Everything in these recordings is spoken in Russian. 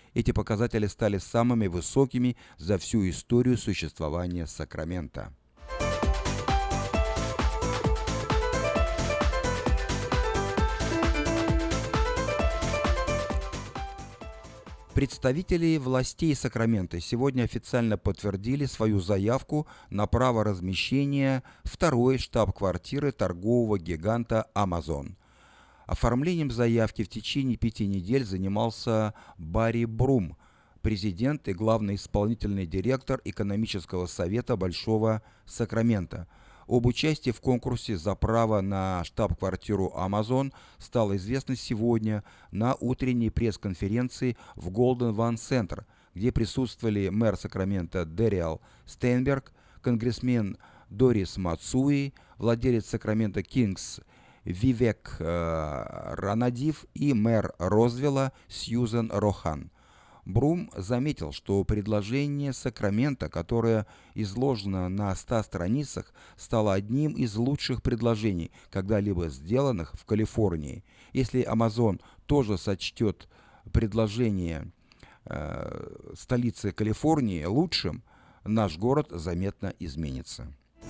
Эти показатели стали самыми высокими за всю историю существования Сакрамента. Представители властей Сакрамента сегодня официально подтвердили свою заявку на право размещения второй штаб-квартиры торгового гиганта Amazon. Оформлением заявки в течение 5 недель занимался Барри Брум, президент и главный исполнительный директор экономического совета Большого Сакрамента. Об участии в конкурсе за право на штаб-квартиру Amazon стало известно сегодня на утренней пресс-конференции в Golden One Center, где присутствовали мэр Сакрамента Дэриал Стейнберг, конгрессмен Дорис Мацуи, владелец Сакрамента Кингс Вивек Ранадив и мэр Розвилла Сьюзен Рохан. Брум заметил, что предложение Сакрамента, которое изложено на 100 страницах, стало одним из лучших предложений, когда-либо сделанных в Калифорнии. Если Amazon тоже сочтет предложение столицы Калифорнии лучшим, наш город заметно изменится.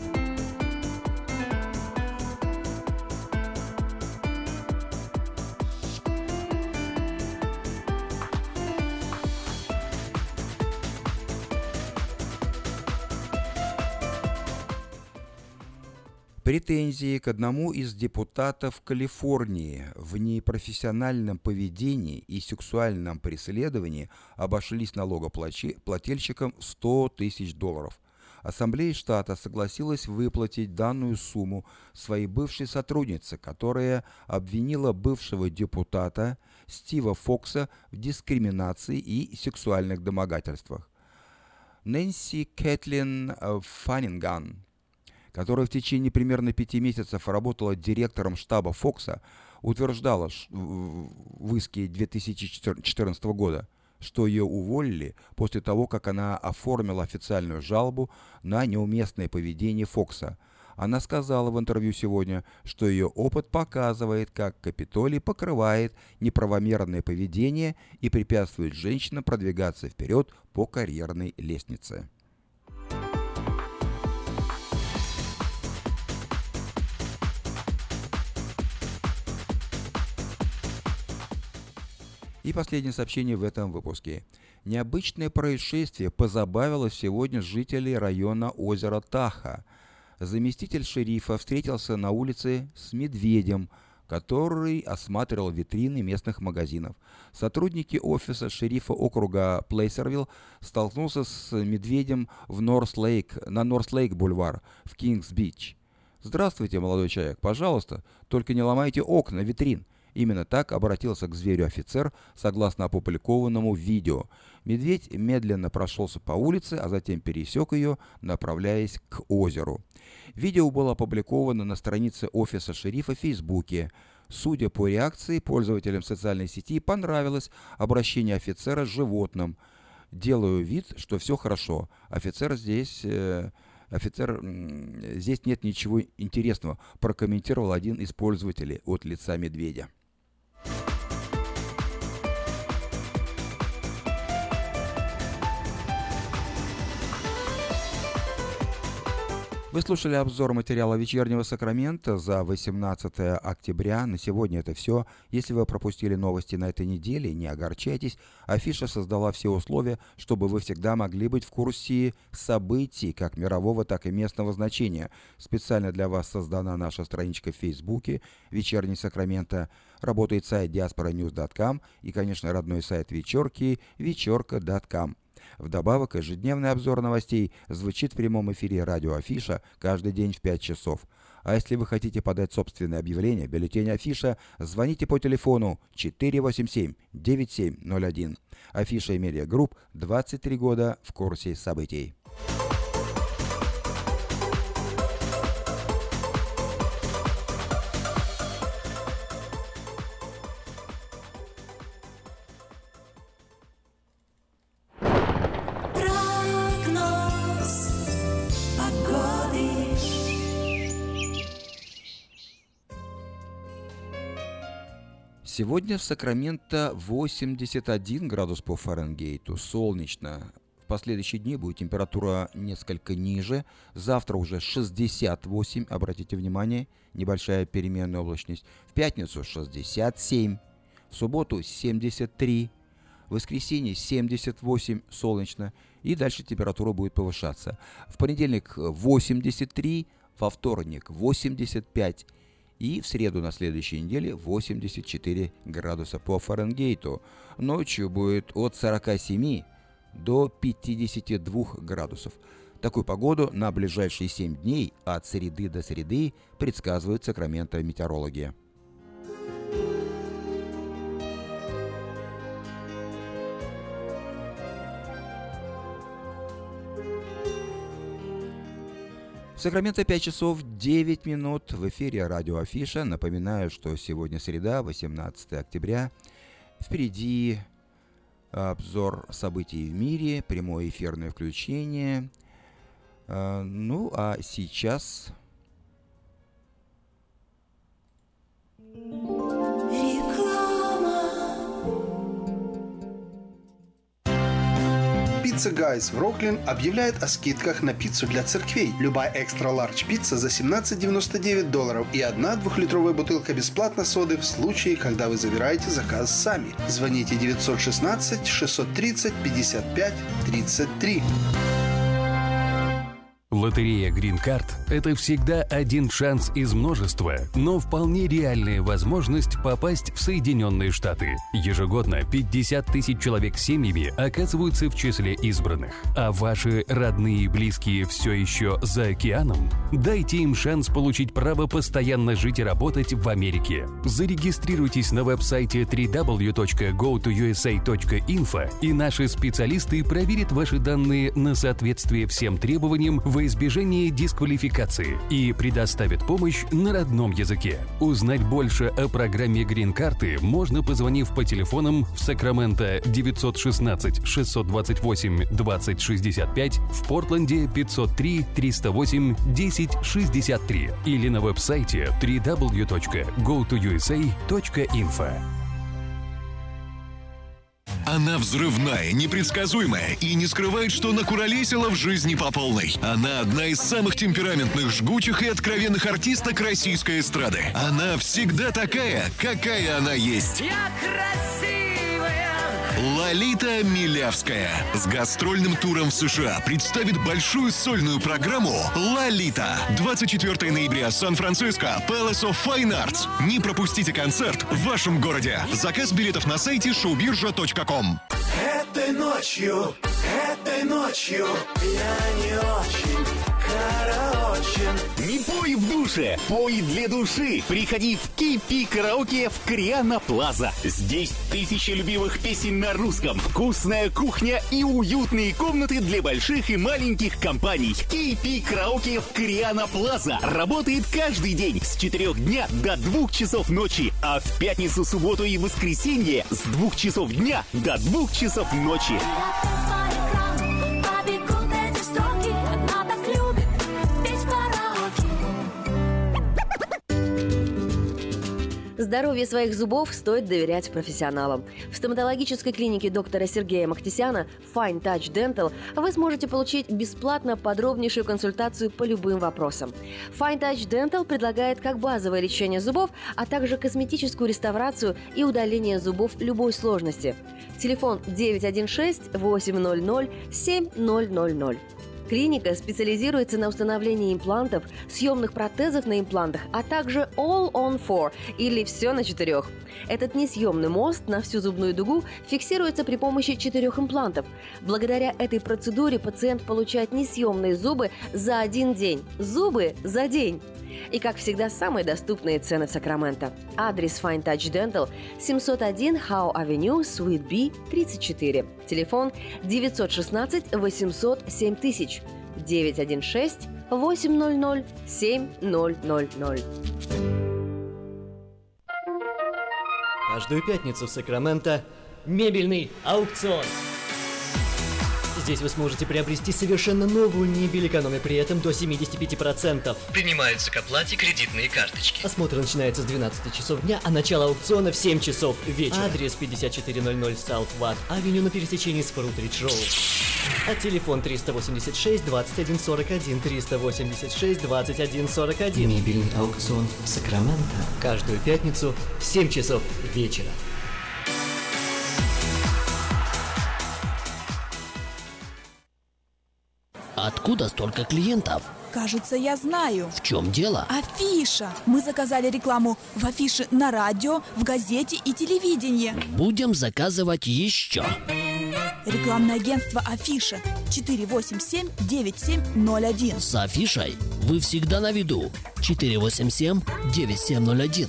Претензии к одному из депутатов Калифорнии в непрофессиональном поведении и сексуальном преследовании обошлись налогоплательщикам в $100 тысяч. Ассамблея штата согласилась выплатить данную сумму своей бывшей сотруднице, которая обвинила бывшего депутата Стива Фокса в дискриминации и сексуальных домогательствах. Нэнси Кэтлин Фаннинган, которая в течение примерно 5 месяцев работала директором штаба Фокса, утверждала в иске 2014 года, что ее уволили после того, как она оформила официальную жалобу на неуместное поведение Фокса. Она сказала в интервью сегодня, что ее опыт показывает, как Капитолий покрывает неправомерное поведение и препятствует женщинам продвигаться вперед по карьерной лестнице. И последнее сообщение в этом выпуске. Необычное происшествие позабавило сегодня жителей района озера Таха. Заместитель шерифа встретился на улице с медведем, который осматривал витрины местных магазинов. Сотрудники офиса шерифа округа Плейсервилл столкнулся с медведем на Норс-Лейк-бульвар в Кингс-Бич. «Здравствуйте, молодой человек, пожалуйста, только не ломайте окна витрин». Именно так обратился к зверю офицер, согласно опубликованному видео. Медведь медленно прошелся по улице, а затем пересек ее, направляясь к озеру. Видео было опубликовано на странице офиса шерифа в Фейсбуке. Судя по реакции, пользователям социальной сети понравилось обращение офицера с животным. «Делаю вид, что все хорошо. Здесь нет ничего интересного», прокомментировал один из пользователей от лица медведя. Вы слушали обзор материала «Вечернего Сакрамента» за 18 октября. На сегодня это все. Если вы пропустили новости на этой неделе, не огорчайтесь. Афиша создала все условия, чтобы вы всегда могли быть в курсе событий как мирового, так и местного значения. Специально для вас создана наша страничка в Фейсбуке «Вечерний Сакрамента». Работает сайт diasporanews.com и, конечно, родной сайт вечерки вечерка.com. Вдобавок, ежедневный обзор новостей звучит в прямом эфире радио Афиша каждый день в 5 часов. А если вы хотите подать собственное объявление, бюллетень Афиша, звоните по телефону 487-9701. Афиша и Медиа Групп 23 года в курсе событий. Сегодня в Сакраменто 81 градус по Фаренгейту, солнечно. В последующие дни будет температура несколько ниже. Завтра уже 68, обратите внимание, небольшая переменная облачность. В пятницу 67, в субботу 73, в воскресенье 78, солнечно. И дальше температура будет повышаться. В понедельник 83, во вторник 85 и в среду на следующей неделе 84 градуса по Фаренгейту. Ночью будет от 47 до 52 градусов. Такую погоду на ближайшие 7 дней от среды до среды предсказывают Сакраменто метеорологи. В Сакраменто 5 часов 9 минут. В эфире радио Афиша. Напоминаю, что сегодня среда, 18 октября. Впереди обзор событий в мире, прямое эфирное включение. Ну, а сейчас... Pizza Guys в Роклин объявляет о скидках на пиццу для церквей. Любая экстра-лардж пицца за $17.99 и одна 2-литровая бутылка бесплатно соды в случае, когда вы забираете заказ сами. Звоните 916-630-55-33. Лотерея Green Card – это всегда один шанс из множества, но вполне реальная возможность попасть в Соединенные Штаты. Ежегодно 50 тысяч человек с семьями оказываются в числе избранных. А ваши родные и близкие все еще за океаном? Дайте им шанс получить право постоянно жить и работать в Америке. Зарегистрируйтесь на веб-сайте www.gotousa.info, и наши специалисты проверят ваши данные на соответствие всем требованиям во избежание дисквалификации и предоставит помощь на родном языке. Узнать больше о программе Грин-карты можно, позвонив по телефонам в Сакраменто 916 628 2065, в Портленде 503 308 1063 или на веб-сайте www.gotousa.info. Она взрывная, непредсказуемая и не скрывает, что накуролесила в жизни по полной. Она одна из самых темпераментных, жгучих и откровенных артисток российской эстрады. Она всегда такая, какая она есть. Я красивая! Лолита Милявская с гастрольным туром в США представит большую сольную программу «Лолита». 24 ноября, Сан-Франциско, Palace of Fine Arts. Не пропустите концерт в вашем городе. Заказ билетов на сайте showbirja.com. Этой ночью я не очень караочен. Не пой в душе, пой для души. Приходи в KP Караоке в Кориана Плаза. Здесь тысячи любимых песен на русском, вкусная кухня и уютные комнаты для больших и маленьких компаний. KP Караоке в Кориана Плаза работает каждый день с 4 дня до 2 часов ночи, а в пятницу, субботу и воскресенье с 2 часов дня до 2 часов ночи. Здоровье своих зубов стоит доверять профессионалам. В стоматологической клинике доктора Сергея Махтисяна Fine Touch Dental вы сможете получить бесплатно подробнейшую консультацию по любым вопросам. Fine Touch Dental предлагает как базовое лечение зубов, а также косметическую реставрацию и удаление зубов любой сложности. Телефон 916-800-7000. Клиника специализируется на установлении имплантов, съемных протезов на имплантах, а также All on 4 или «Все на 4». Этот несъемный мост на всю зубную дугу фиксируется при помощи 4 имплантов. Благодаря этой процедуре пациент получает несъемные зубы за 1 день. Зубы за день! И, как всегда, самые доступные цены в Сакраменто. Адрес Fine Touch Dental 701 Howe Avenue, Suite B, 34. Телефон 916-800-7000. 916-800-7000. Каждую пятницу в Сакраменто мебельный аукцион. Здесь вы сможете приобрести совершенно новую мебель, экономя при этом до 75%. Принимаются к оплате кредитные карточки. Осмотр начинается с 12 часов дня, а начало аукциона в 7 часов вечера. Адрес 5400 South Watt Авеню на пересечении с Фрутридж Роуд. А телефон 386 21 41 386 21 41. Мебельный аукцион Сакраменто. Каждую пятницу в 7 часов вечера. Откуда столько клиентов? Кажется, я знаю. В чем дело? Афиша. Мы заказали рекламу в афише на радио, в газете и телевидении. Будем заказывать еще. Рекламное агентство «Афиша» 487-9701. С афишей вы всегда на виду. 487-9701.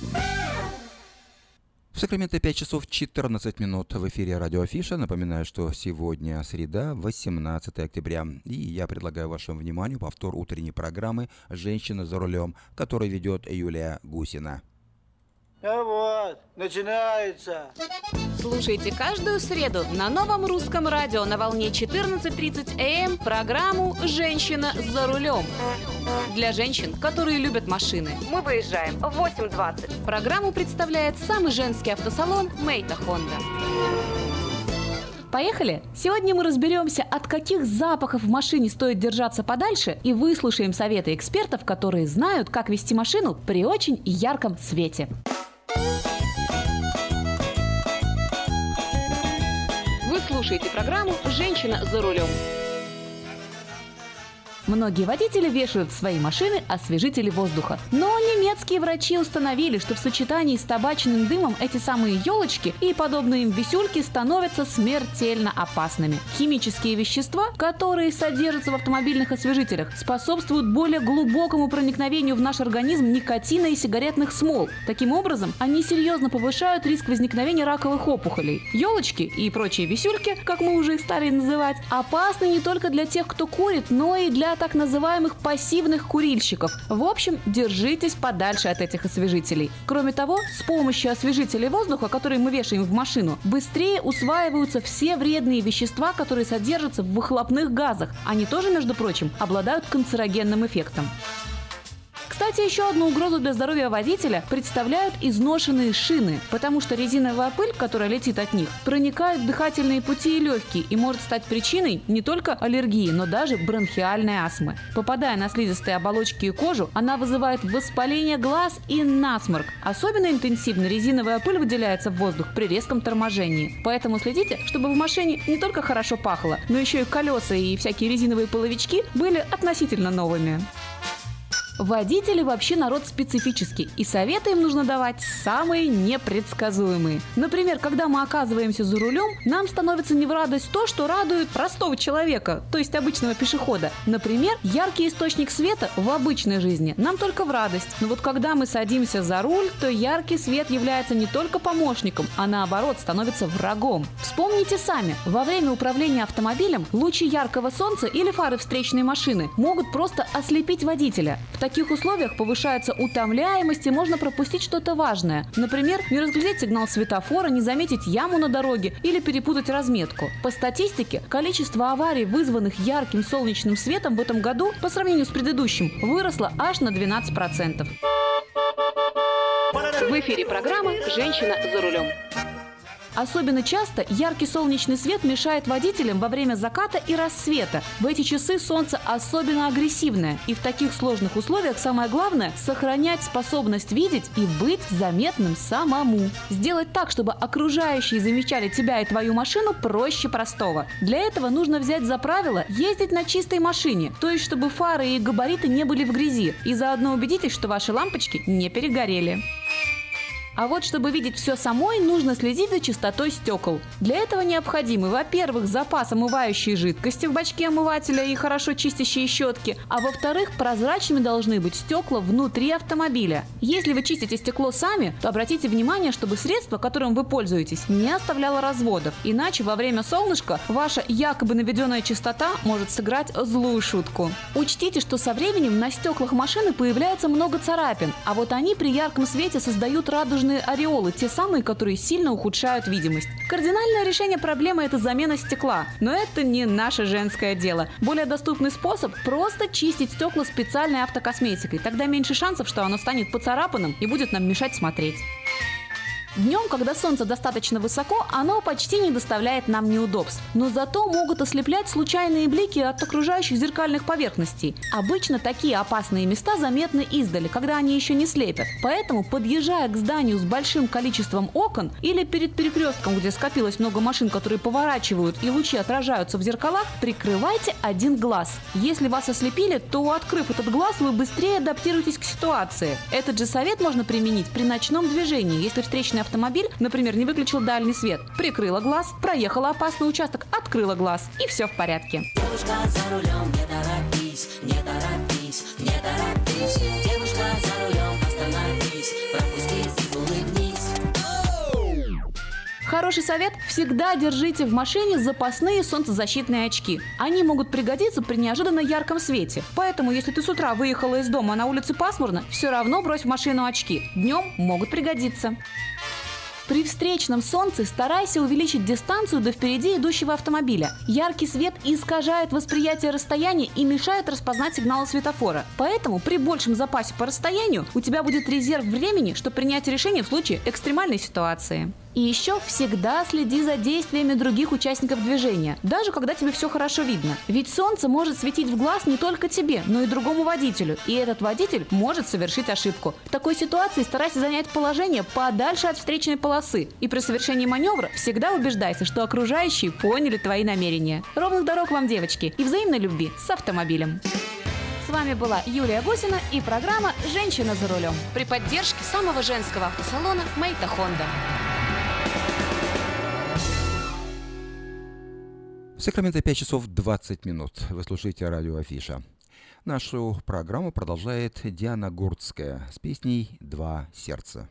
В Сакраменто 5 часов 14 минут в эфире радио Афиша. Напоминаю, что сегодня среда, 18 октября. И я предлагаю вашему вниманию повтор утренней программы «Женщина за рулем», которую ведет Юлия Гусина. А вот, начинается. Слушайте каждую среду на Новом русском радио на волне 14:30 АМ программу «Женщина за рулем». Для женщин, которые любят машины. Мы выезжаем в 8:20. Программу представляет самый женский автосалон «Мейта Хонда». Поехали! Сегодня мы разберемся, от каких запахов в машине стоит держаться подальше, и выслушаем советы экспертов, которые знают, как вести машину при очень ярком свете. Вы слушаете программу «Женщина за рулем». Многие водители вешают в свои машины освежители воздуха. Но немецкие врачи установили, что в сочетании с табачным дымом эти самые елочки и подобные им висюльки становятся смертельно опасными. Химические вещества, которые содержатся в автомобильных освежителях, способствуют более глубокому проникновению в наш организм никотина и сигаретных смол. Таким образом, они серьезно повышают риск возникновения раковых опухолей. Елочки и прочие висюльки, как мы уже их стали называть, опасны не только для тех, кто курит, но и для так называемых пассивных курильщиков. В общем, держитесь подальше от этих освежителей. Кроме того, с помощью освежителей воздуха, которые мы вешаем в машину, быстрее усваиваются все вредные вещества, которые содержатся в выхлопных газах. Они тоже, между прочим, обладают канцерогенным эффектом. Кстати, еще одну угрозу для здоровья водителя представляют изношенные шины, потому что резиновая пыль, которая летит от них, проникает в дыхательные пути и легкие и может стать причиной не только аллергии, но даже бронхиальной астмы. Попадая на слизистые оболочки и кожу, она вызывает воспаление глаз и насморк. Особенно интенсивно резиновая пыль выделяется в воздух при резком торможении. Поэтому следите, чтобы в машине не только хорошо пахло, но еще и колеса и всякие резиновые половички были относительно новыми. Водители вообще народ специфический, и советы им нужно давать самые непредсказуемые. Например, когда мы оказываемся за рулем, нам становится не в радость то, что радует простого человека, то есть обычного пешехода. Например, яркий источник света в обычной жизни нам только в радость. Но вот когда мы садимся за руль, то яркий свет является не только помощником, а наоборот становится врагом. Вспомните сами, во время управления автомобилем лучи яркого солнца или фары встречной машины могут просто ослепить водителя. В таких условиях повышается утомляемость и можно пропустить что-то важное. Например, не разглядеть сигнал светофора, не заметить яму на дороге или перепутать разметку. По статистике, количество аварий, вызванных ярким солнечным светом в этом году по сравнению с предыдущим, выросло аж на 12%. В эфире программа «Женщина за рулем». Особенно часто яркий солнечный свет мешает водителям во время заката и рассвета. В эти часы солнце особенно агрессивное. И в таких сложных условиях самое главное – сохранять способность видеть и быть заметным самому. Сделать так, чтобы окружающие замечали тебя и твою машину, проще простого. Для этого нужно взять за правило ездить на чистой машине, то есть чтобы фары и габариты не были в грязи. И заодно убедитесь, что ваши лампочки не перегорели. А вот чтобы видеть все самой, нужно следить за чистотой стекол. Для этого необходимы, во-первых, запас омывающей жидкости в бачке омывателя и хорошо чистящие щетки, а во-вторых, прозрачными должны быть стекла внутри автомобиля. Если вы чистите стекло сами, то обратите внимание, чтобы средство, которым вы пользуетесь, не оставляло разводов. Иначе во время солнышка ваша якобы наведенная чистота может сыграть злую шутку. Учтите, что со временем на стеклах машины появляется много царапин, а вот они при ярком свете создают радужные радужные ореолы, те самые, которые сильно ухудшают видимость. Кардинальное решение проблемы – это замена стекла. Но это не наше женское дело. Более доступный способ – просто чистить стекла специальной автокосметикой. Тогда меньше шансов, что оно станет поцарапанным и будет нам мешать смотреть. Днем, когда солнце достаточно высоко, оно почти не доставляет нам неудобств. Но зато могут ослеплять случайные блики от окружающих зеркальных поверхностей. Обычно такие опасные места заметны издали, когда они еще не слепят. Поэтому, подъезжая к зданию с большим количеством окон или перед перекрестком, где скопилось много машин, которые поворачивают и лучи отражаются в зеркалах, прикрывайте один глаз. Если вас ослепили, то, открыв этот глаз, вы быстрее адаптируетесь к ситуации. Этот же совет можно применить при ночном движении, если встречный автомобиль, например, не выключил дальний свет. Прикрыла глаз, проехала опасный участок, открыла глаз, и все в порядке. Девушка за рулем, не торопись, не торопись, не торопись. Девушка за рулем, остановись, пропусти и улыбнись. Хороший совет – всегда держите в машине запасные солнцезащитные очки. Они могут пригодиться при неожиданно ярком свете. Поэтому, если ты с утра выехала из дома, а на улице пасмурно, все равно брось в машину очки. Днем могут пригодиться. При встречном солнце старайся увеличить дистанцию до впереди идущего автомобиля. Яркий свет искажает восприятие расстояния и мешает распознать сигналы светофора. Поэтому при большем запасе по расстоянию у тебя будет резерв времени, чтобы принять решение в случае экстремальной ситуации. И еще всегда следи за действиями других участников движения, даже когда тебе все хорошо видно. Ведь солнце может светить в глаз не только тебе, но и другому водителю. И этот водитель может совершить ошибку. В такой ситуации старайся занять положение подальше от встречной полосы. И при совершении маневра всегда убеждайся, что окружающие поняли твои намерения. Ровных дорог вам, девочки, и взаимной любви с автомобилем. С вами была Юлия Гусина и программа «Женщина за рулем» при поддержке самого женского автосалона «Мэйта Хонда». В Сакраменто 5 часов 20 минут. Вы слушаете радио Афиша. Нашу программу продолжает Диана Гурцкая с песней «Два сердца».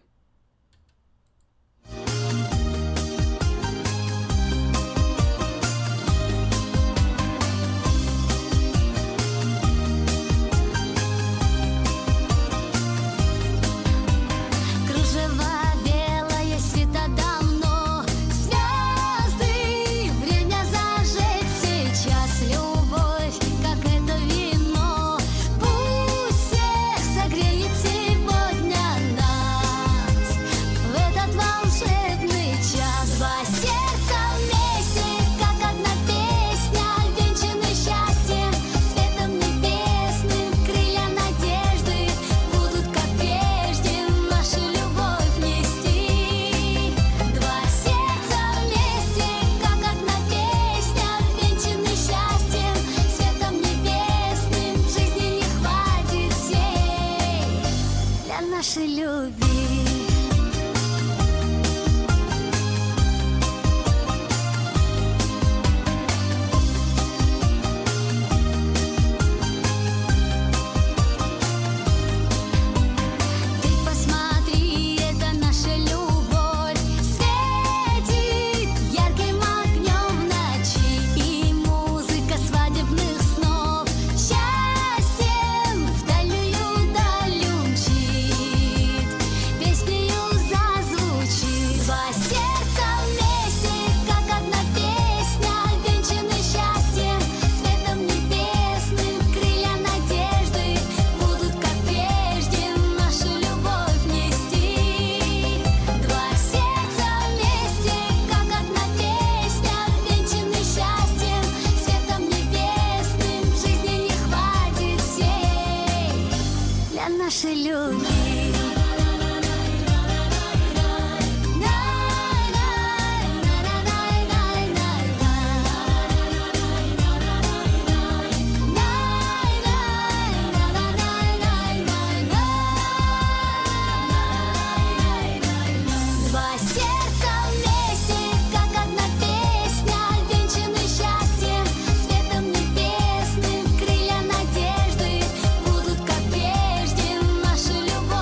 Любовь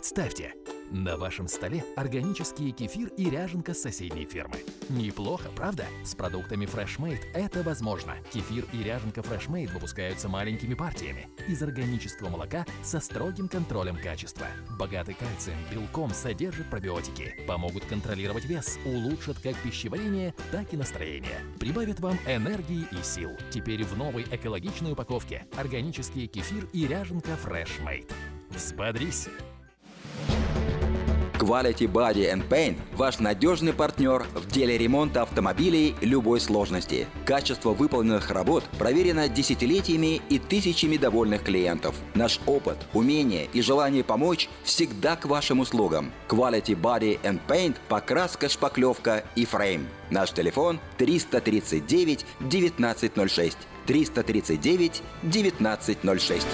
Представьте, на вашем столе органический кефир и ряженка с соседней фермы. Неплохо, правда? С продуктами FreshMade это возможно. Кефир и ряженка FreshMade выпускаются маленькими партиями из органического молока со строгим контролем качества. Богатый кальцием, белком, содержит пробиотики, помогут контролировать вес, улучшат как пищеварение, так и настроение. Прибавят вам энергии и сил. Теперь в новой экологичной упаковке органический кефир и ряженка FreshMade. Взбодрись! Quality Body and Paint – ваш надежный партнер в деле ремонта автомобилей любой сложности. Качество выполненных работ проверено десятилетиями и тысячами довольных клиентов. Наш опыт, умение и желание помочь всегда к вашим услугам. Quality Body and Paint – покраска, шпаклевка и фрейм. Наш телефон 339 1906. 339 1906.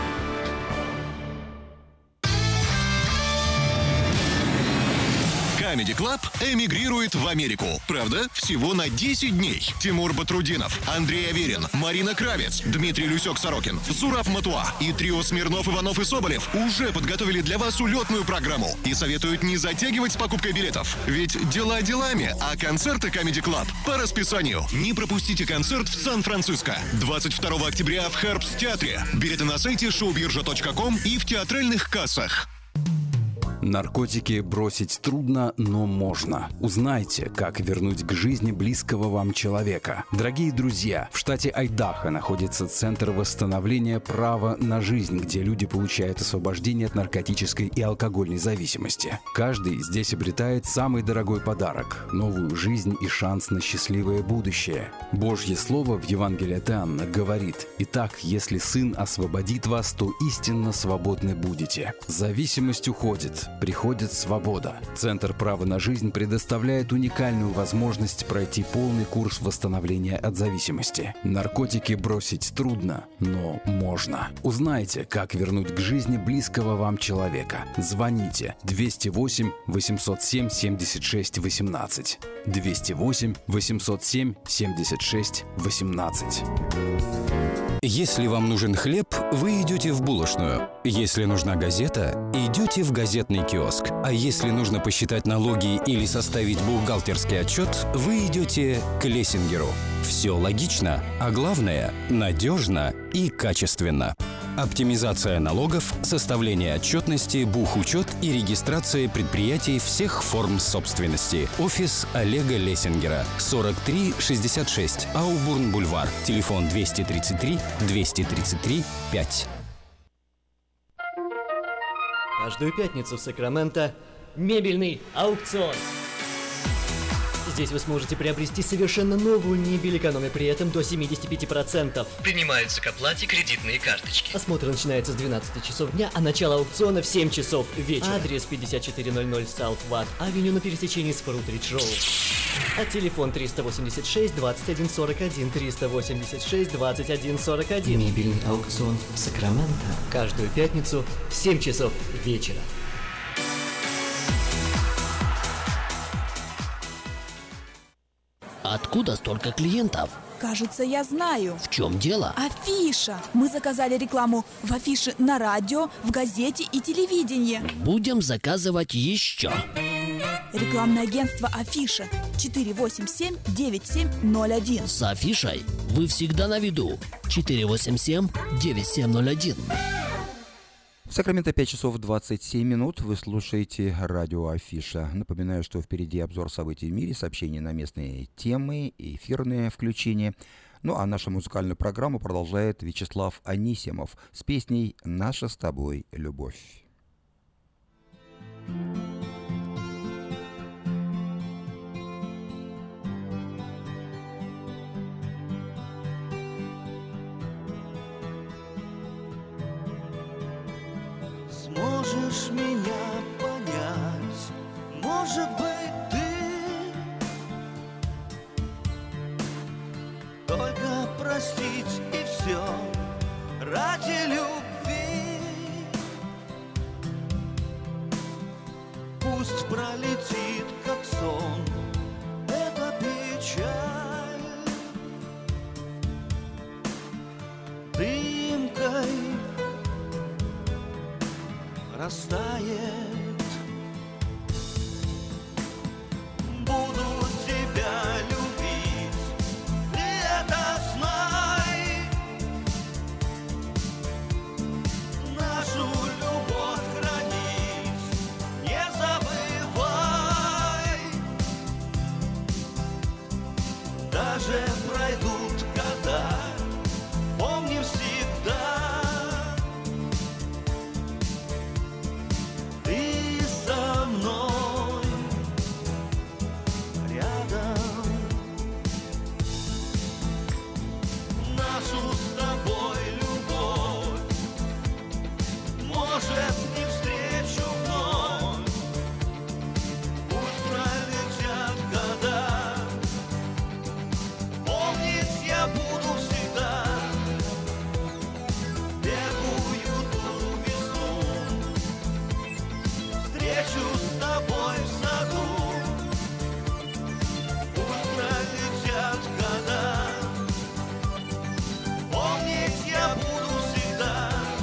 Comedy Club эмигрирует в Америку. Правда, всего на 10 дней. Тимур Батрудинов, Андрей Аверин, Марина Кравец, Дмитрий Люсек-Сорокин, Зураб Матуа и трио Смирнов, Иванов и Соболев уже подготовили для вас улетную программу и советуют не затягивать с покупкой билетов. Ведь дела делами, а концерты Comedy Club по расписанию. Не пропустите концерт в Сан-Франциско 22 октября в Herbst театре. Билеты на сайте showbirja.com и в театральных кассах. Наркотики бросить трудно, но можно. Узнайте, как вернуть к жизни близкого вам человека. Дорогие друзья, в штате Айдахо находится Центр восстановления права на жизнь, где люди получают освобождение от наркотической и алкогольной зависимости. Каждый здесь обретает самый дорогой подарок – новую жизнь и шанс на счастливое будущее. Божье Слово в Евангелии от Иоанна говорит: «Итак, если Сын освободит вас, то истинно свободны будете». Зависимость уходит. Приходит свобода. Центр права на жизнь предоставляет уникальную возможность пройти полный курс восстановления от зависимости. Наркотики бросить трудно, но можно. Узнайте, как вернуть к жизни близкого вам человека. Звоните 208 807 76 18. 208 807 76 18. Если вам нужен хлеб, вы идете в булочную. Если нужна газета, идете в газетный киоск. А если нужно посчитать налоги или составить бухгалтерский отчет, вы идете к Лессингеру. Все логично, а главное – надежно и качественно. Оптимизация налогов, составление отчетности, бухучет и регистрация предприятий всех форм собственности. Офис Олега Лессингера. 4366 Аубурн-Бульвар. Телефон 233 233 5. Каждую пятницу в Сакраменто мебельный аукцион. Здесь вы сможете приобрести совершенно новую мебель, экономя при этом до 75%. Принимаются к оплате кредитные карточки. Осмотр начинается с 12 часов дня, а начало аукциона в 7 часов вечера. Адрес 5400 South Watt Avenue на пересечении с Фрутридж Роуд. А телефон 386 21 41 386 21 41. Мебельный аукцион Сакраменто. Каждую пятницу в 7 часов вечера. Откуда столько клиентов? Кажется, я знаю. В чем дело? Афиша. Мы заказали рекламу в афише на радио, в газете и телевидении. Будем заказывать еще. Рекламное агентство «Афиша» 487-9701. С афишей вы всегда на виду. 487-9701. В Сакраменто 5 часов 27 минут. Вы слушаете радио Афиша. Напоминаю, что впереди обзор событий в мире, сообщения на местные темы, эфирные включения. Ну а нашу музыкальную программу продолжает Вячеслав Анисимов с песней «Наша с тобой любовь». Можешь меня понять, может быть, ты только простить и все ради любви. Пусть пролетит, как сон, эта печаль дымкой растает. Буду тебя любить, ты это знай. Нашу любовь хранить не забывай. Даже пройдут года, помни всегда, ты со мной рядом. Нашу с тобой любовь, может, не встречу вновь. Пусть пролетят года, помнить я буду всегда первую ту весну. Встречу с тобой в саду. Пусть пролетят года, помнить я буду всегда.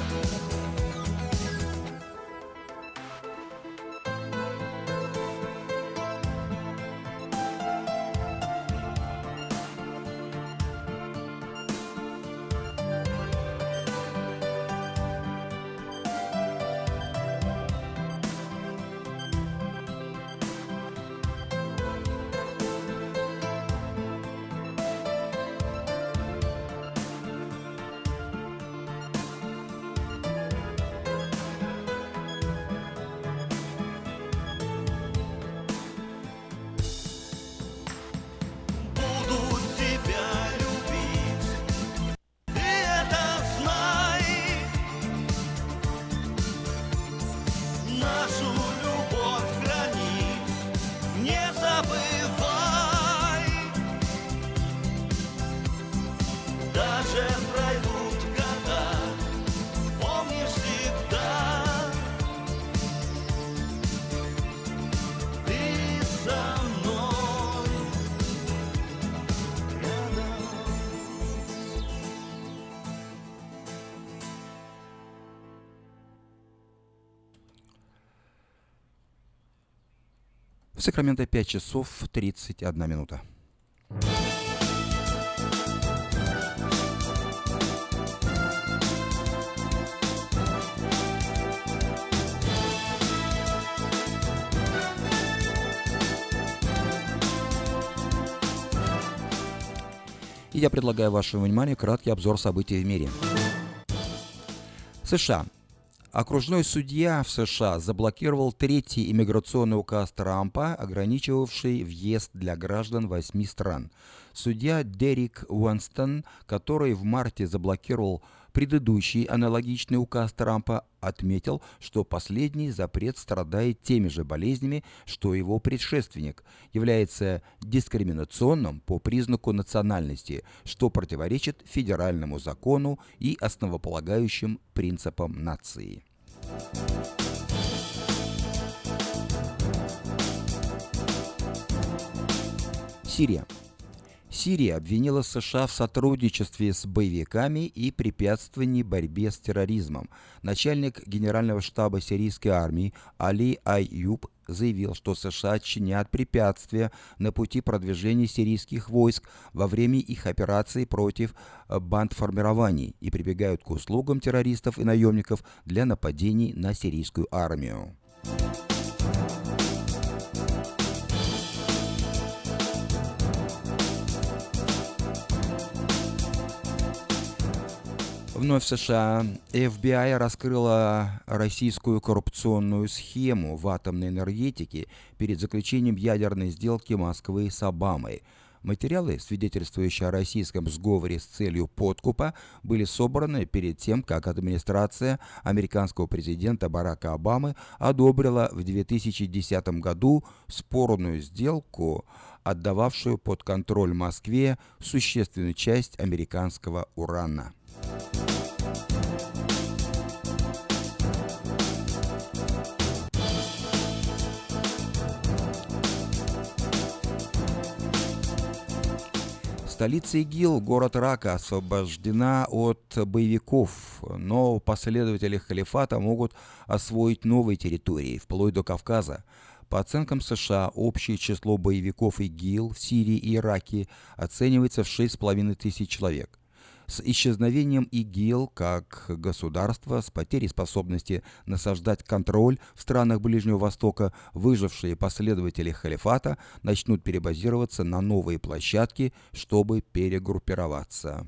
Буду тебя любить, ты это знай. Нашу любовь хранить не забывай. Даже пройдут года, помни всегда, ты со мной рядом. В Сакраменто 5 часов 31 минута. И я предлагаю вашему вниманию краткий обзор событий в мире. США. Окружной судья в США заблокировал третий иммиграционный указ Трампа, ограничивавший въезд для граждан 8 стран. Судья Дерек Уинстон, который в марте заблокировал предыдущий аналогичный указ Трампа, отметил, что последний запрет страдает теми же болезнями, что его предшественник, является дискриминационным по признаку национальности, что противоречит федеральному закону и основополагающим принципам нации. Сирия. Сирия обвинила США в сотрудничестве с боевиками и препятствовании борьбе с терроризмом. Начальник Генерального штаба сирийской армии Али Айюб заявил, что США чинят препятствия на пути продвижения сирийских войск во время их операций против бандформирований и прибегают к услугам террористов и наемников для нападений на сирийскую армию. Вновь в США FBI раскрыла российскую коррупционную схему в атомной энергетике перед заключением ядерной сделки Москвы с Обамой. Материалы, свидетельствующие о российском сговоре с целью подкупа, были собраны перед тем, как администрация американского президента Барака Обамы одобрила в 2010 году спорную сделку, отдававшую под контроль Москве существенную часть американского урана. Столица ИГИЛ, город Рака, освобождена от боевиков, но последователи халифата могут освоить новые территории, вплоть до Кавказа. По оценкам США, общее число боевиков ИГИЛ в Сирии и Ираке оценивается в 6,5 тысяч человек. С исчезновением ИГИЛ как государства, с потерей способности насаждать контроль в странах Ближнего Востока, выжившие последователи халифата начнут перебазироваться на новые площадки, чтобы перегруппироваться.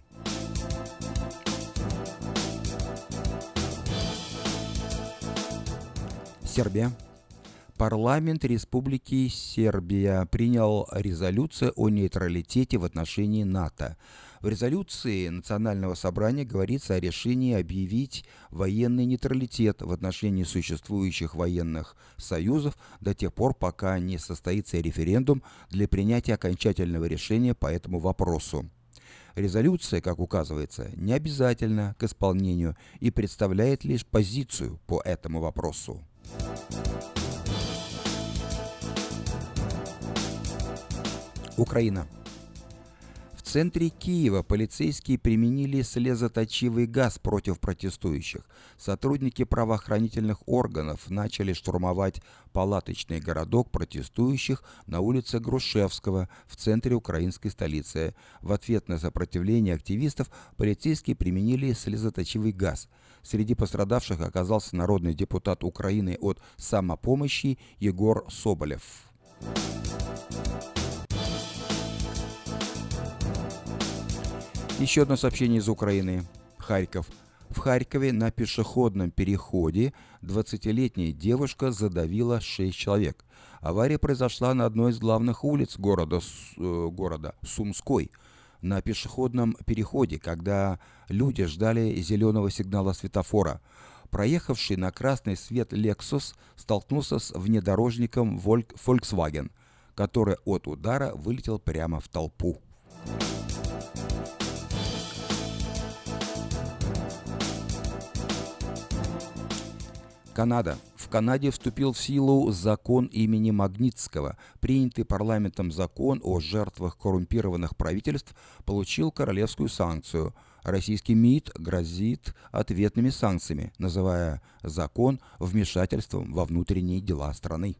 Сербия. Парламент Республики Сербия принял резолюцию о нейтралитете в отношении НАТО. В резолюции Национального собрания говорится о решении объявить военный нейтралитет в отношении существующих военных союзов до тех пор, пока не состоится референдум для принятия окончательного решения по этому вопросу. Резолюция, как указывается, не обязательна к исполнению и представляет лишь позицию по этому вопросу. Украина. В центре Киева полицейские применили слезоточивый газ против протестующих. Сотрудники правоохранительных органов начали штурмовать палаточный городок протестующих на улице Грушевского в центре украинской столицы. В ответ на сопротивление активистов полицейские применили слезоточивый газ. Среди пострадавших оказался народный депутат Украины от «Самопомощи» Егор Соболев. Еще одно сообщение из Украины. Харьков. В Харькове на пешеходном переходе 20-летняя девушка задавила 6 человек. Авария произошла на одной из главных улиц города Сумской. На пешеходном переходе, когда люди ждали зеленого сигнала светофора. Проехавший на красный свет Lexus столкнулся с внедорожником Volkswagen, который от удара вылетел прямо в толпу. Канада. В Канаде вступил в силу закон имени Магнитского. Принятый парламентом закон о жертвах коррумпированных правительств получил королевскую санкцию. Российский МИД грозит ответными санкциями, называя закон вмешательством во внутренние дела страны.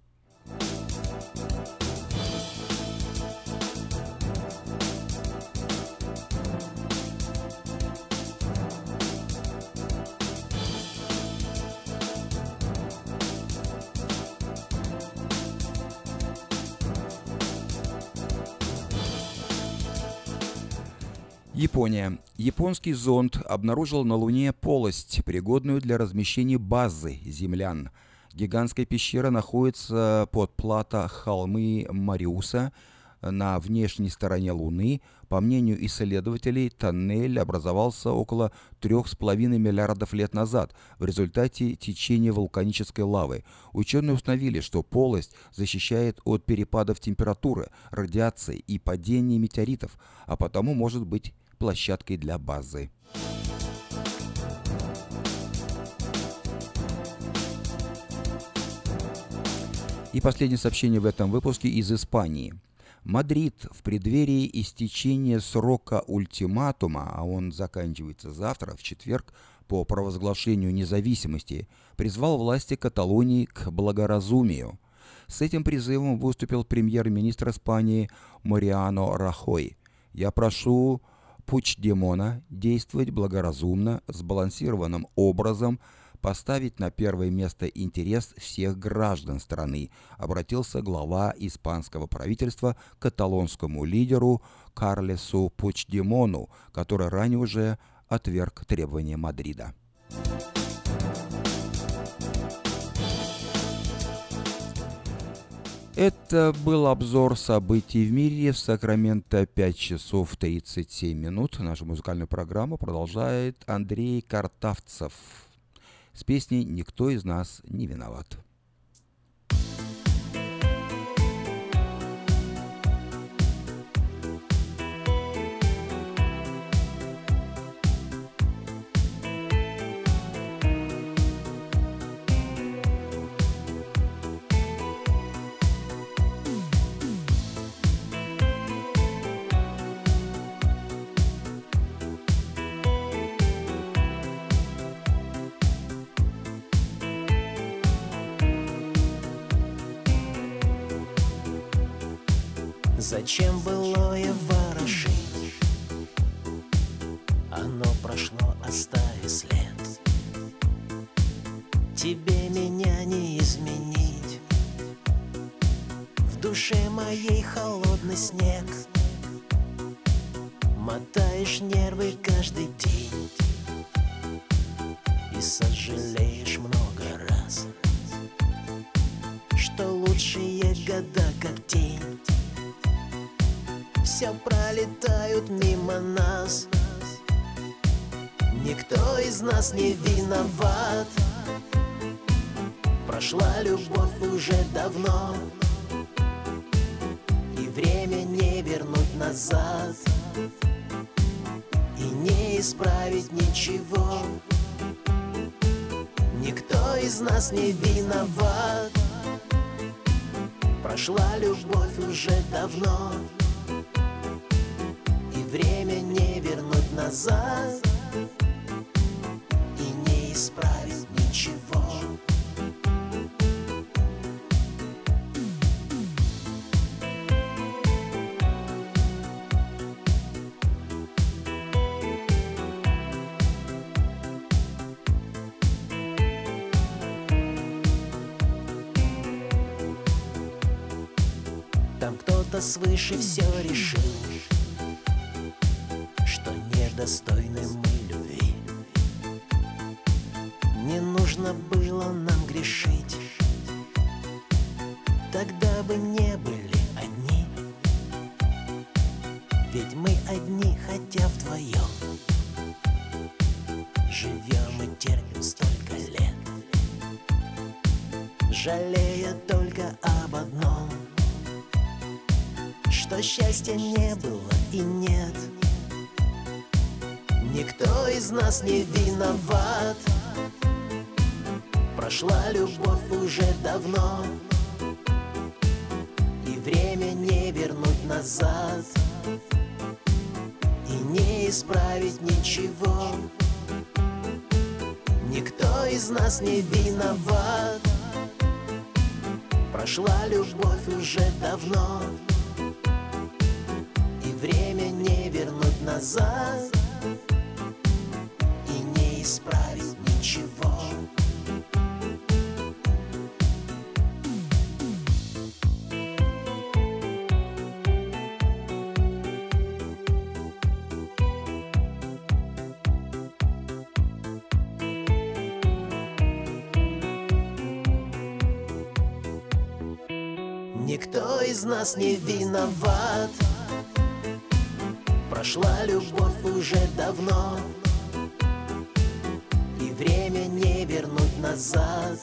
Япония. Японский зонд обнаружил на Луне полость, пригодную для размещения базы землян. Гигантская пещера находится под плато холмы Мариуса на внешней стороне Луны. По мнению исследователей, тоннель образовался около 3,5 миллиардов лет назад в результате течения вулканической лавы. Ученые установили, что полость защищает от перепадов температуры, радиации и падения метеоритов, а потому может быть площадкой для базы. И последнее сообщение в этом выпуске из Испании. Мадрид в преддверии истечения срока ультиматума, а он заканчивается завтра, в четверг, по провозглашению независимости, призвал власти Каталонии к благоразумию. С этим призывом выступил премьер-министр Испании Мариано Рахой. «Я прошу Пучдемона действовать благоразумно, сбалансированным образом, поставить на первое место интерес всех граждан страны», обратился глава испанского правительства к каталонскому лидеру Карлесу Пучдемону, который ранее уже отверг требования Мадрида. Это был обзор событий в мире. В Сакраменто 5 часов 37 минут. Нашу музыкальную программу продолжает Андрей Картавцев с песней «Никто из нас не виноват». Зачем былое ворошить? Оно прошло, оставив след. Тебе меня не изменить. В душе моей холодный снег. Мотаешь нервы каждый день и сожалеешь много раз, что лучшие года как тень все пролетают мимо нас. Никто из нас не виноват. Прошла любовь уже давно, и время не вернуть назад, и не исправить ничего. Никто из нас не виноват. Прошла любовь уже давно, и время не вернуть назад, и не исправить ничего. Там кто-то свыше все решил, что недостойны мы любви. Не нужно было нам грешить, тогда бы не были одни. Ведь мы одни, хотя вдвоем живем и терпим столько лет, жалея только об одном, что счастья не было и нет. Никто из нас не виноват. Прошла любовь уже давно, и время не вернуть назад, и не исправить ничего. Никто из нас не виноват. Прошла любовь уже давно, и время не вернуть назад, и не исправить ничего. Никто из нас не виноват. Прошла любовь уже давно, и время не вернуть назад,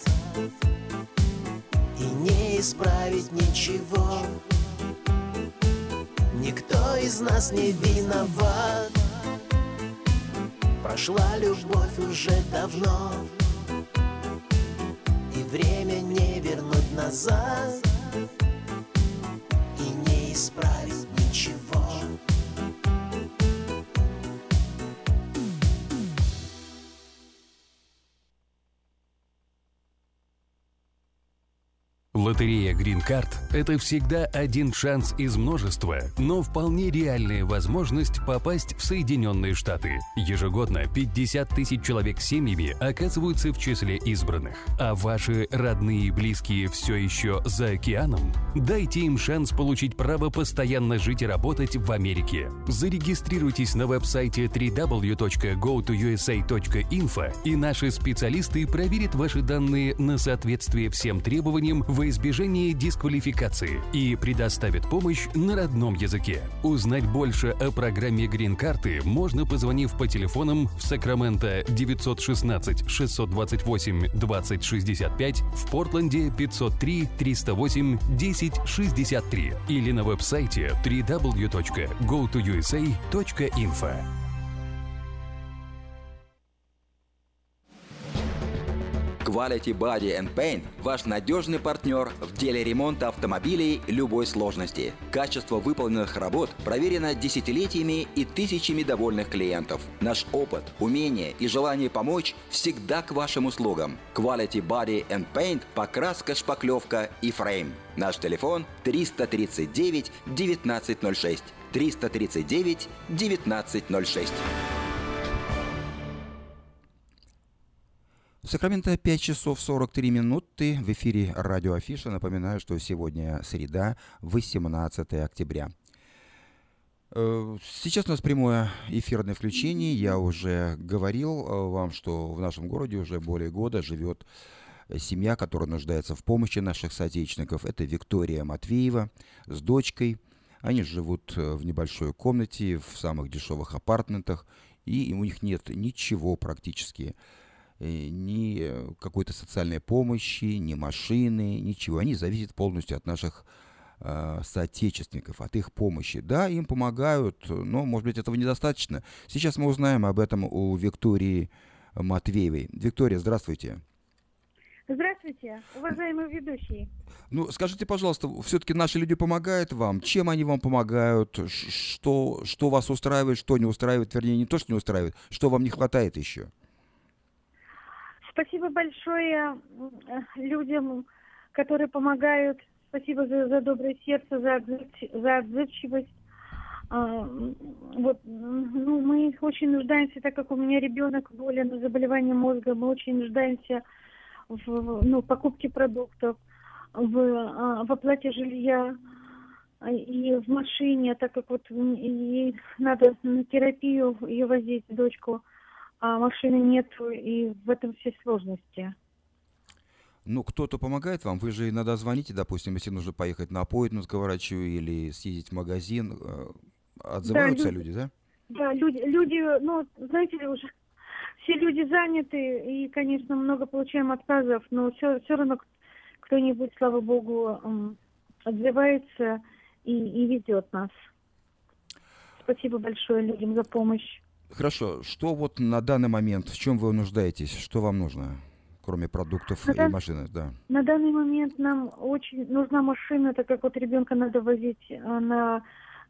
и не исправить ничего. Никто из нас не виноват. Прошла любовь уже давно, и время не вернуть назад, и не исправить ничего. Лотерея Green Card – это всегда один шанс из множества, но вполне реальная возможность попасть в Соединенные Штаты. Ежегодно 50 тысяч человек с семьями оказываются в числе избранных. А ваши родные и близкие все еще за океаном? Дайте им шанс получить право постоянно жить и работать в Америке. Зарегистрируйтесь на веб-сайте www.gotousa.info, и наши специалисты проверят ваши данные на соответствие всем требованиям во избежание дисквалификации и предоставят помощь на родном языке. Узнать больше о программе Green Card можно, позвонив по телефонам в Сакраменто 916 628 20 65, в Портленде 503 308 10 63 или на веб-сайте www.gotousa.info. Quality Body and Paint – ваш надежный партнер в деле ремонта автомобилей любой сложности. Качество выполненных работ проверено десятилетиями и тысячами довольных клиентов. Наш опыт, умение и желание помочь всегда к вашим услугам. Quality Body and Paint – покраска, шпаклевка и фрейм. Наш телефон 339 1906. 339 1906. В Сакраменто 5 часов 43 минуты. В эфире радио Афиша. Напоминаю, что сегодня среда, 18 октября. Сейчас у нас прямое эфирное включение. Я уже говорил вам, что в нашем городе уже более года живет семья, которая нуждается в помощи наших соотечественников. Это Виктория Матвеева с дочкой. Они живут в небольшой комнате, в самых дешевых апартментах, и у них нет ничего практически. Ни какой-то социальной помощи, ни машины, ничего. Они зависят полностью от наших соотечественников, от их помощи. Да, им помогают, но, может быть, этого недостаточно. Сейчас мы узнаем об этом у Виктории Матвеевой. Виктория, здравствуйте. Здравствуйте, уважаемые ведущие. Ну, скажите, пожалуйста, все-таки наши люди помогают вам? Чем они вам помогают? Что вас устраивает, что не устраивает? Вернее, не то, что не устраивает, что вам не хватает еще? Спасибо большое людям, которые помогают. Спасибо за доброе сердце, за отзывчивость. Вот, ну, мы очень нуждаемся, так как у меня ребенок болен заболеванием мозга, мы очень нуждаемся в покупке продуктов, в оплате жилья и в машине, так как вот ей надо на терапию ее возить, дочку, а машины нету, и в этом все сложности. Ну, кто-то помогает вам? Вы же иногда звоните, допустим, если нужно поехать на аппоинтмент к врачу или съездить в магазин. Отзываются да, люди, да? Да, люди, ну, знаете ли, уже все люди заняты, и, конечно, много получаем отказов, но все равно кто-нибудь, слава богу, отзывается и ведет нас. Спасибо большое людям за помощь. Хорошо. Что вот на данный момент, в чем вы нуждаетесь? Что вам нужно, кроме продуктов и машины? Да. На данный момент нам очень нужна машина, так как вот ребенка надо возить на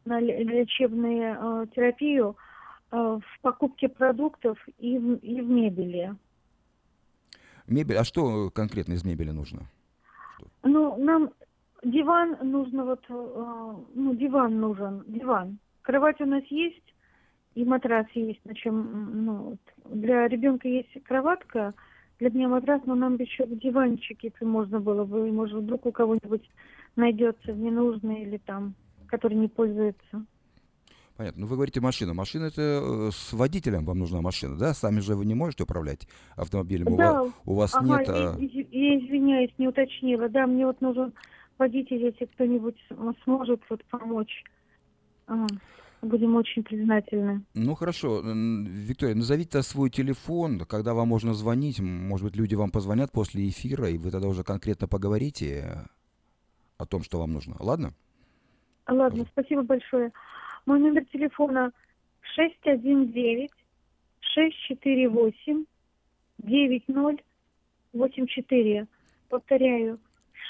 лечебную терапию, в покупке продуктов и в мебели. Мебель? А что конкретно из мебели нужно? Ну, нам диван нужно, вот, ну, диван нужен, диван. Кровать у нас есть, и матрас есть, на чем, ну, для ребенка есть кроватка, для меня матрас, но нам еще диванчик, если можно было бы, может, вдруг у кого-нибудь найдется ненужный или там, который не пользуется. Понятно. Ну, вы говорите машина. Машина — это с водителем вам нужна машина, да? Сами же вы не можете управлять автомобилем. Да. У вас ага, нет... Я извиняюсь, не уточнила. Да, мне вот нужен водитель, если кто-нибудь сможет вот помочь. Будем очень признательны. Ну, хорошо. Виктория, назовите свой телефон, когда вам можно звонить. Может быть, люди вам позвонят после эфира, и вы тогда уже конкретно поговорите о том, что вам нужно. Ладно? Ладно, спасибо большое. Мой номер телефона 619-648-9084. Повторяю,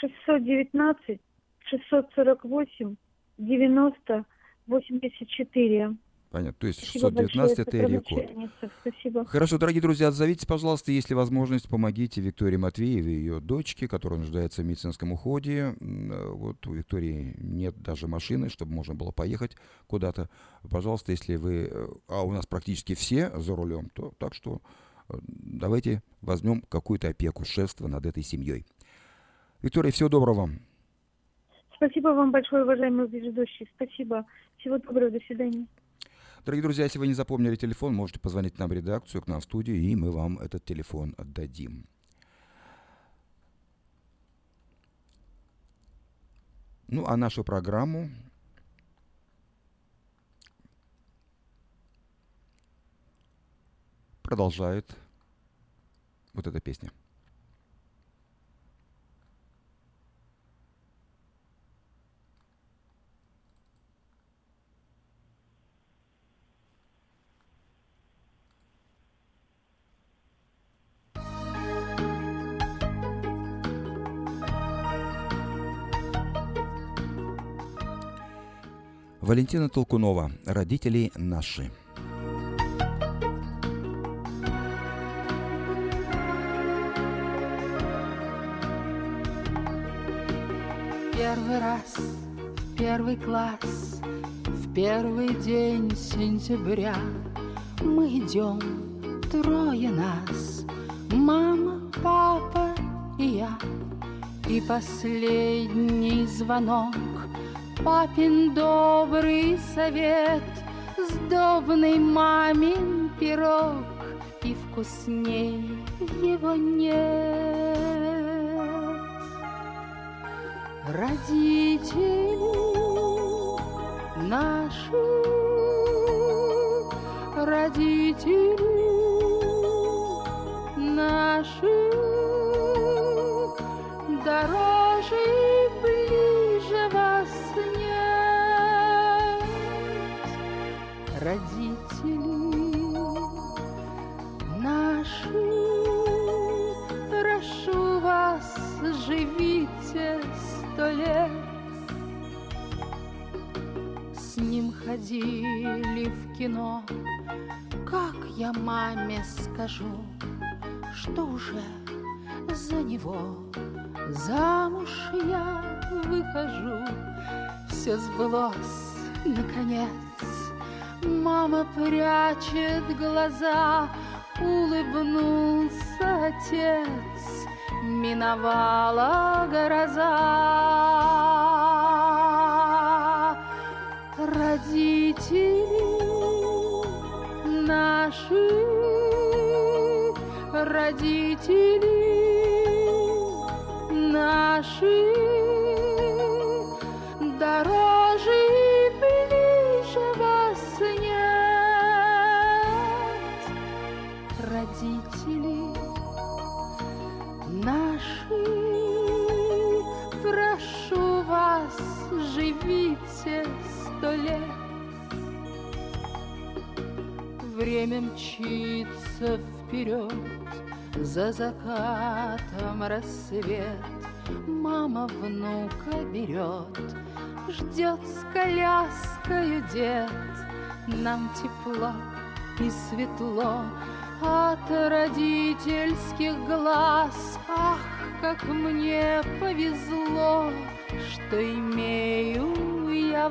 619-648-9084. Понятно. То есть 619 это рекорд. Спасибо. Хорошо, дорогие друзья, отзовитесь, пожалуйста, если возможность, помогите Виктории Матвеевой и ее дочке, которая нуждается в медицинском уходе. Вот у Виктории нет даже машины, чтобы можно было поехать куда-то. Пожалуйста, если вы... А у нас практически все за рулем, то так что давайте возьмем какую-то опеку, шефство над этой семьей. Виктория, всего доброго вам. Спасибо вам большое, уважаемые ведущие. Спасибо. Всего доброго. До свидания. Дорогие друзья, если вы не запомнили телефон, можете позвонить нам в редакцию, к нам в студию, и мы вам этот телефон отдадим. Ну, а нашу программу продолжает вот эта песня. Валентина Толкунова. Родители наши. Первый раз, первый класс, в первый день сентября мы идем, трое нас, мама, папа и я. И последний звонок, папин добрый совет, сдобный мамин пирог, и вкусней его нет. Родители наши, родители наши, дороже и ближе вас нет. Родители наши, прошу вас, живите 100 лет. С ним ходили в кино, как я маме скажу, что уже за него замуж я выхожу. Все сбылось, наконец, мама прячет глаза, улыбнулся отец, миновала гроза. Родители наши, родители наши, дороже и ближе вас нет. Родители наши, прошу вас, живите 100 лет. Время мчится вперед, за закатом рассвет. Мама внука берет, ждет с коляскою дед. Нам тепло и светло от родительских глаз. Ах, как мне повезло, что имею я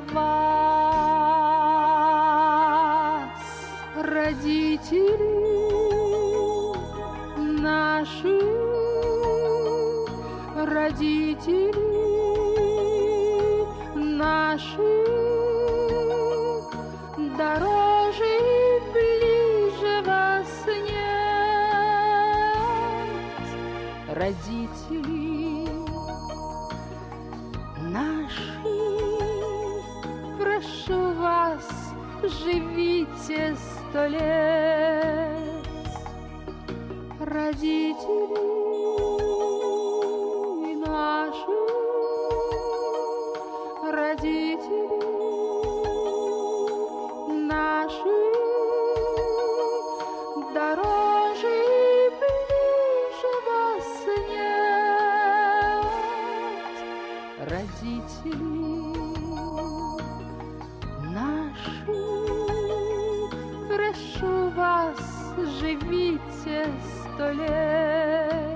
вас. Родители наши, родители наши, дороже и ближе вас нет. Родители наши, прошу вас, живите 100 лет. Родители наши, родители наши, дороже и ближе вас нет. Родители наши, прошу вас, живите 100 лет.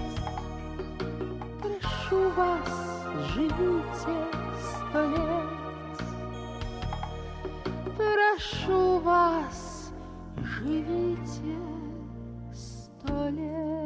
Прошу вас, живите 100 лет. Прошу вас, живите 100 лет.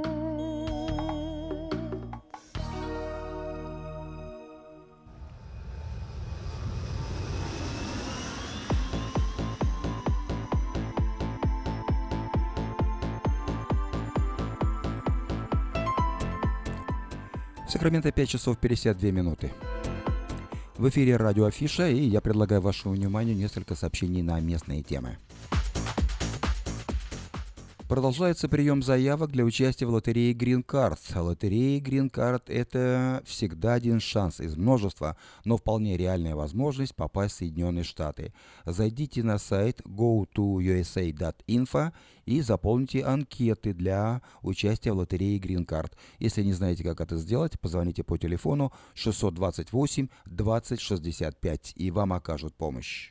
В Сакраменто 5 часов 52 минуты. В эфире радио Афиша, и я предлагаю вашему вниманию несколько сообщений на местные темы. Продолжается прием заявок для участия в лотерее Green Card. Лотерея Green Card – это всегда один шанс из множества, но вполне реальная возможность попасть в Соединенные Штаты. Зайдите на сайт go2usa.info и заполните анкеты для участия в лотерее Green Card. Если не знаете, как это сделать, позвоните по телефону 628 20 65 и вам окажут помощь.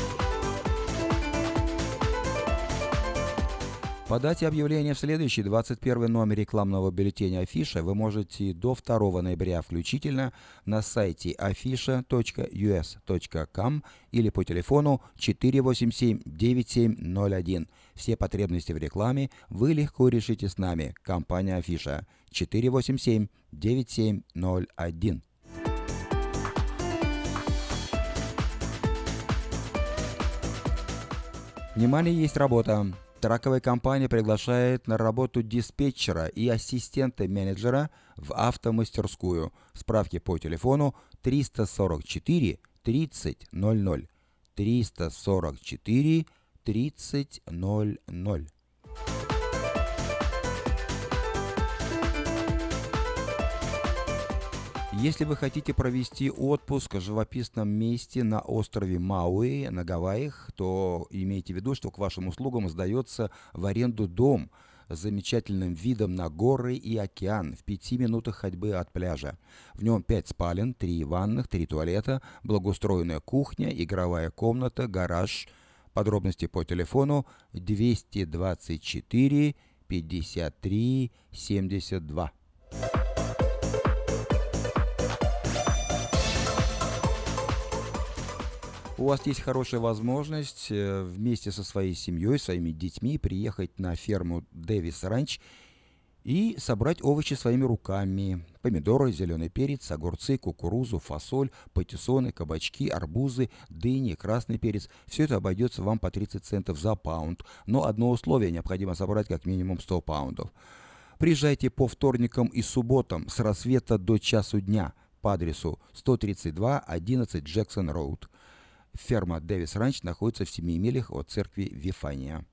Подать объявление в следующий 21 номер рекламного бюллетеня Афиша вы можете до 2 ноября включительно на сайте afisha.us.com или по телефону 487-9701. Все потребности в рекламе вы легко решите с нами. Компания Афиша 487-9701. Внимание, есть работа. Траковая компания приглашает на работу диспетчера и ассистента-менеджера в автомастерскую. Справки по телефону 344 30 00. 344 30 00. Если вы хотите провести отпуск в живописном месте на острове Мауи, на Гавайях, то имейте в виду, что к вашим услугам сдается в аренду дом с замечательным видом на горы и океан в 5 минутах ходьбы от пляжа. В нем 5 спален, 3 ванных, 3 туалета, благоустроенная кухня, игровая комната, гараж. Подробности по телефону 224 53 72. У вас есть хорошая возможность вместе со своей семьей, своими детьми приехать на ферму Дэвис Ранч и собрать овощи своими руками. Помидоры, зеленый перец, огурцы, кукурузу, фасоль, патиссоны, кабачки, арбузы, дыни, красный перец. Все это обойдется вам по 30 центов за паунд. Но одно условие: необходимо собрать как минимум 100 паундов. Приезжайте по вторникам и субботам с рассвета до часу дня по адресу 132-11 Джексон Роуд. Ферма Дэвис Ранч находится в 7 милях от церкви Вифания.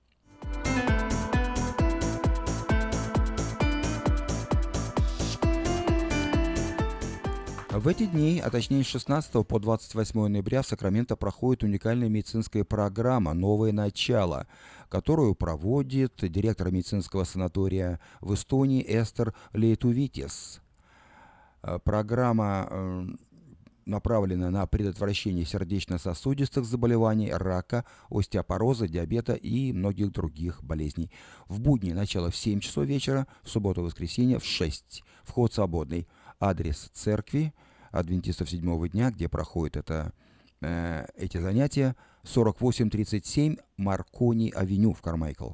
В эти дни, а точнее с 16 по 28 ноября в Сакраменто проходит уникальная медицинская программа «Новое начало», которую проводит директор медицинского санатория в Эстонии Эстер Лейтувитис. Программа направлена на предотвращение сердечно-сосудистых заболеваний, рака, остеопороза, диабета и многих других болезней. В будни начало в 7 часов вечера, в субботу и воскресенье в 6. Вход свободный. Адрес церкви адвентистов седьмого дня, где проходят эти занятия, 4837 Маркони-авеню в Кармайкл.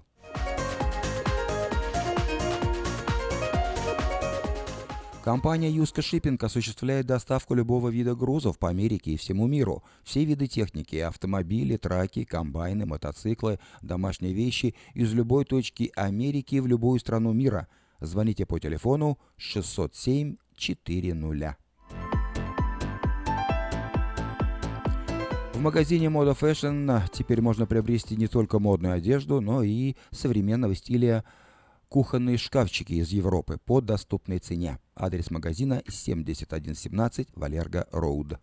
Компания Юска Шиппинг осуществляет доставку любого вида грузов по Америке и всему миру. Все виды техники – автомобили, траки, комбайны, мотоциклы, домашние вещи – из любой точки Америки в любую страну мира. Звоните по телефону 607 400. В магазине Moda Fashion теперь можно приобрести не только модную одежду, но и современного стиля кухонные шкафчики из Европы по доступной цене. Адрес магазина 7117 Валерго Роуд.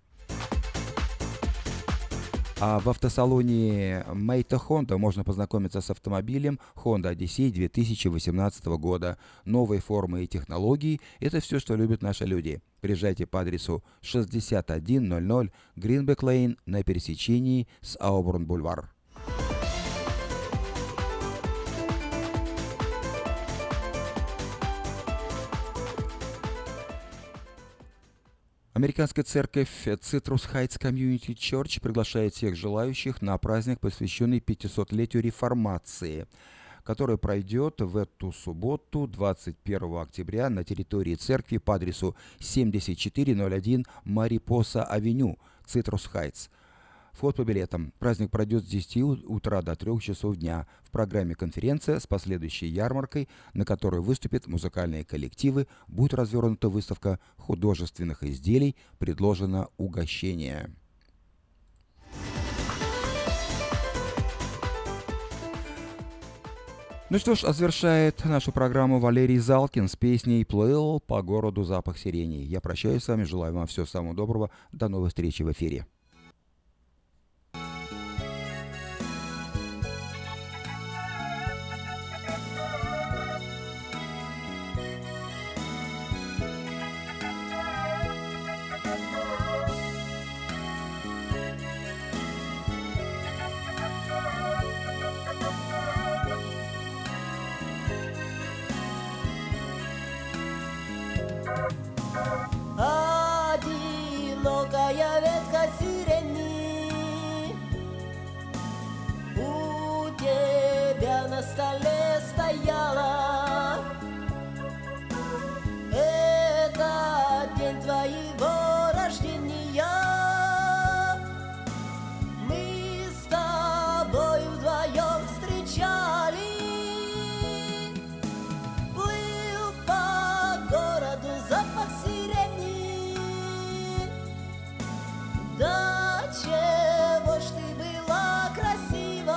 А в автосалоне Мэйта Honda можно познакомиться с автомобилем Honda Odyssey 2018 года. Новые формы и технологии – это все, что любят наши люди. Приезжайте по адресу 6100 Greenback Lane на пересечении с Аубурн-Бульвар. Американская церковь Citrus Heights Community Church приглашает всех желающих на праздник, посвященный 500-летию реформации, который пройдет в эту субботу, 21 октября, на территории церкви по адресу 7401 Марипоса-авеню, Citrus Heights. Вход по билетам. Праздник пройдет с 10 утра до 3 часов дня. В программе конференция с последующей ярмаркой, на которой выступят музыкальные коллективы, будет развернута выставка художественных изделий, предложено угощение. Ну что ж, завершает нашу программу Валерий Залкин с песней «Плыл по городу запах сирени». Я прощаюсь с вами, желаю вам всего самого доброго. До новой встречи в эфире. Одинокая ветка сирени у тебя на столе стояла. Это день твоего рождения. Мы с тобой вдвоем встречали. Плыл по городу запах сирени. Да чего ж ты была красива.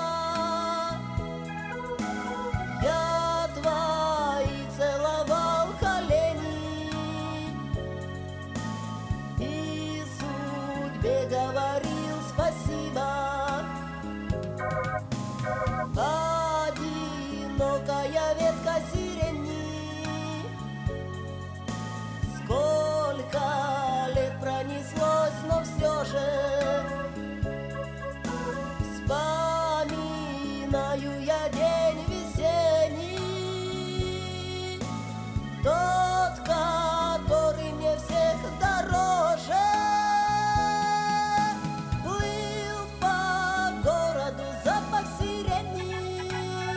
Я твои целовал колени и судьбе говорил спасибо. Одинокая ветка сирени, сколько лет пронеслось, но все же вспоминаю я день весенний, тот, который мне всех дороже. Плыл по городу запах сирени.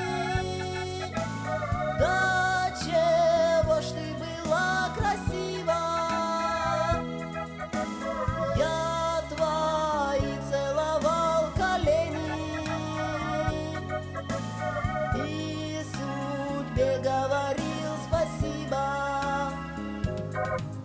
Да чего ж ты была красива. Я твои целовал колени и судьбе говорил спасибо.